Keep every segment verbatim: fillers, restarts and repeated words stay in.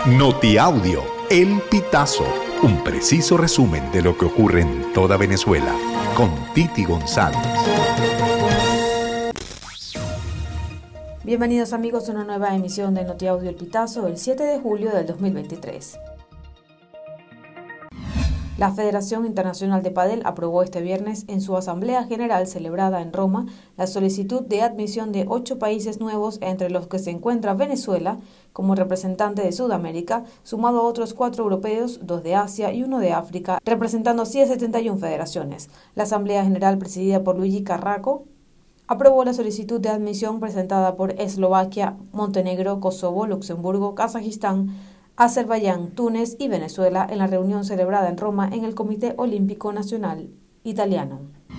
Notiaudio, El Pitazo, un preciso resumen de lo que ocurre en toda Venezuela, con Titi González. Bienvenidos amigos a una nueva emisión de Notiaudio El Pitazo el siete de julio del dos mil veintitrés. La Federación Internacional de Padel aprobó este viernes en su Asamblea General celebrada en Roma la solicitud de admisión de ocho países nuevos, entre los que se encuentra Venezuela como representante de Sudamérica, sumado a otros cuatro europeos, dos de Asia y uno de África, representando así a setenta y una federaciones. La Asamblea General, presidida por Luigi Carraco, aprobó la solicitud de admisión presentada por Eslovaquia, Montenegro, Kosovo, Luxemburgo, Kazajistán, Azerbaiyán, Túnez y Venezuela en la reunión celebrada en Roma en el Comité Olímpico Nacional Italiano.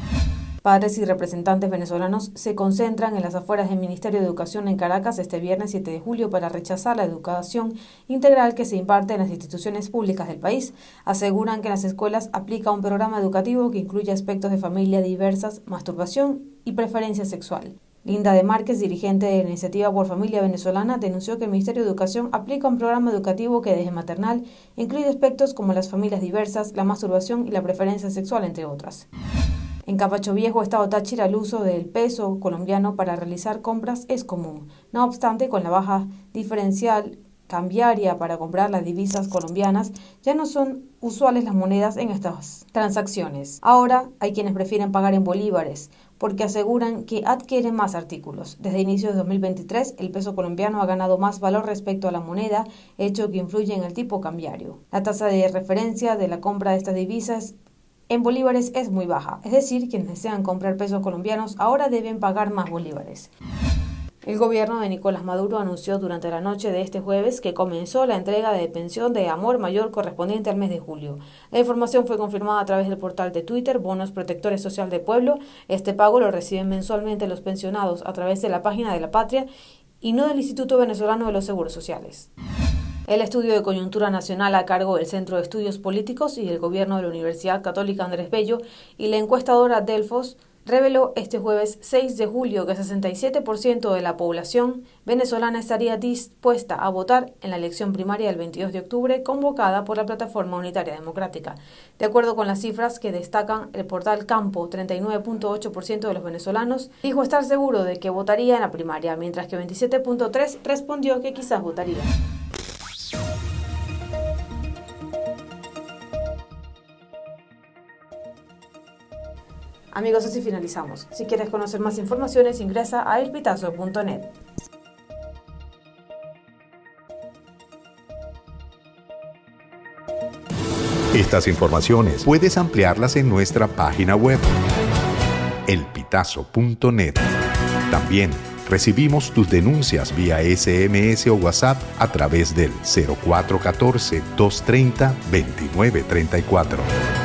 Padres y representantes venezolanos se concentran en las afueras del Ministerio de Educación en Caracas este viernes siete de julio para rechazar la educación integral que se imparte en las instituciones públicas del país. Aseguran que en las escuelas aplica un programa educativo que incluye aspectos de familia diversas, masturbación y preferencia sexual. Linda de Márquez, dirigente de la Iniciativa por Familia Venezolana, denunció que el Ministerio de Educación aplica un programa educativo que desde maternal incluye aspectos como las familias diversas, la masturbación y la preferencia sexual, entre otras. En Capacho Viejo, estado Táchira, el uso del peso colombiano para realizar compras es común. No obstante, con la baja diferencial cambiaria para comprar las divisas colombianas, ya no son usuales las monedas en estas transacciones. Ahora hay quienes prefieren pagar en bolívares, porque aseguran que adquieren más artículos. Desde inicios de dos mil veintitrés, el peso colombiano ha ganado más valor respecto a la moneda, hecho que influye en el tipo cambiario. La tasa de referencia de la compra de estas divisas en bolívares es muy baja, es decir, quienes desean comprar pesos colombianos ahora deben pagar más bolívares. El gobierno de Nicolás Maduro anunció durante la noche de este jueves que comenzó la entrega de pensión de amor mayor correspondiente al mes de julio. La información fue confirmada a través del portal de Twitter Bonos Protectores Social de Pueblo. Este pago lo reciben mensualmente los pensionados a través de la página de la Patria y no del Instituto Venezolano de los Seguros Sociales. El estudio de coyuntura nacional a cargo del Centro de Estudios Políticos y del Gobierno de la Universidad Católica Andrés Bello y la encuestadora Delfos reveló este jueves seis de julio que sesenta y siete por ciento de la población venezolana estaría dispuesta a votar en la elección primaria del veintidós de octubre convocada por la Plataforma Unitaria Democrática. De acuerdo con las cifras que destacan el portal Campo, treinta y nueve punto ocho por ciento de los venezolanos dijo estar seguro de que votaría en la primaria, mientras que veintisiete punto tres por ciento respondió que quizás votaría. Amigos, así finalizamos. Si quieres conocer más informaciones, ingresa a el pitazo punto net. Estas informaciones puedes ampliarlas en nuestra página web, el pitazo punto net. También recibimos tus denuncias vía ese eme ese o WhatsApp a través del cero cuatro uno cuatro, dos tres cero, dos nueve tres cuatro.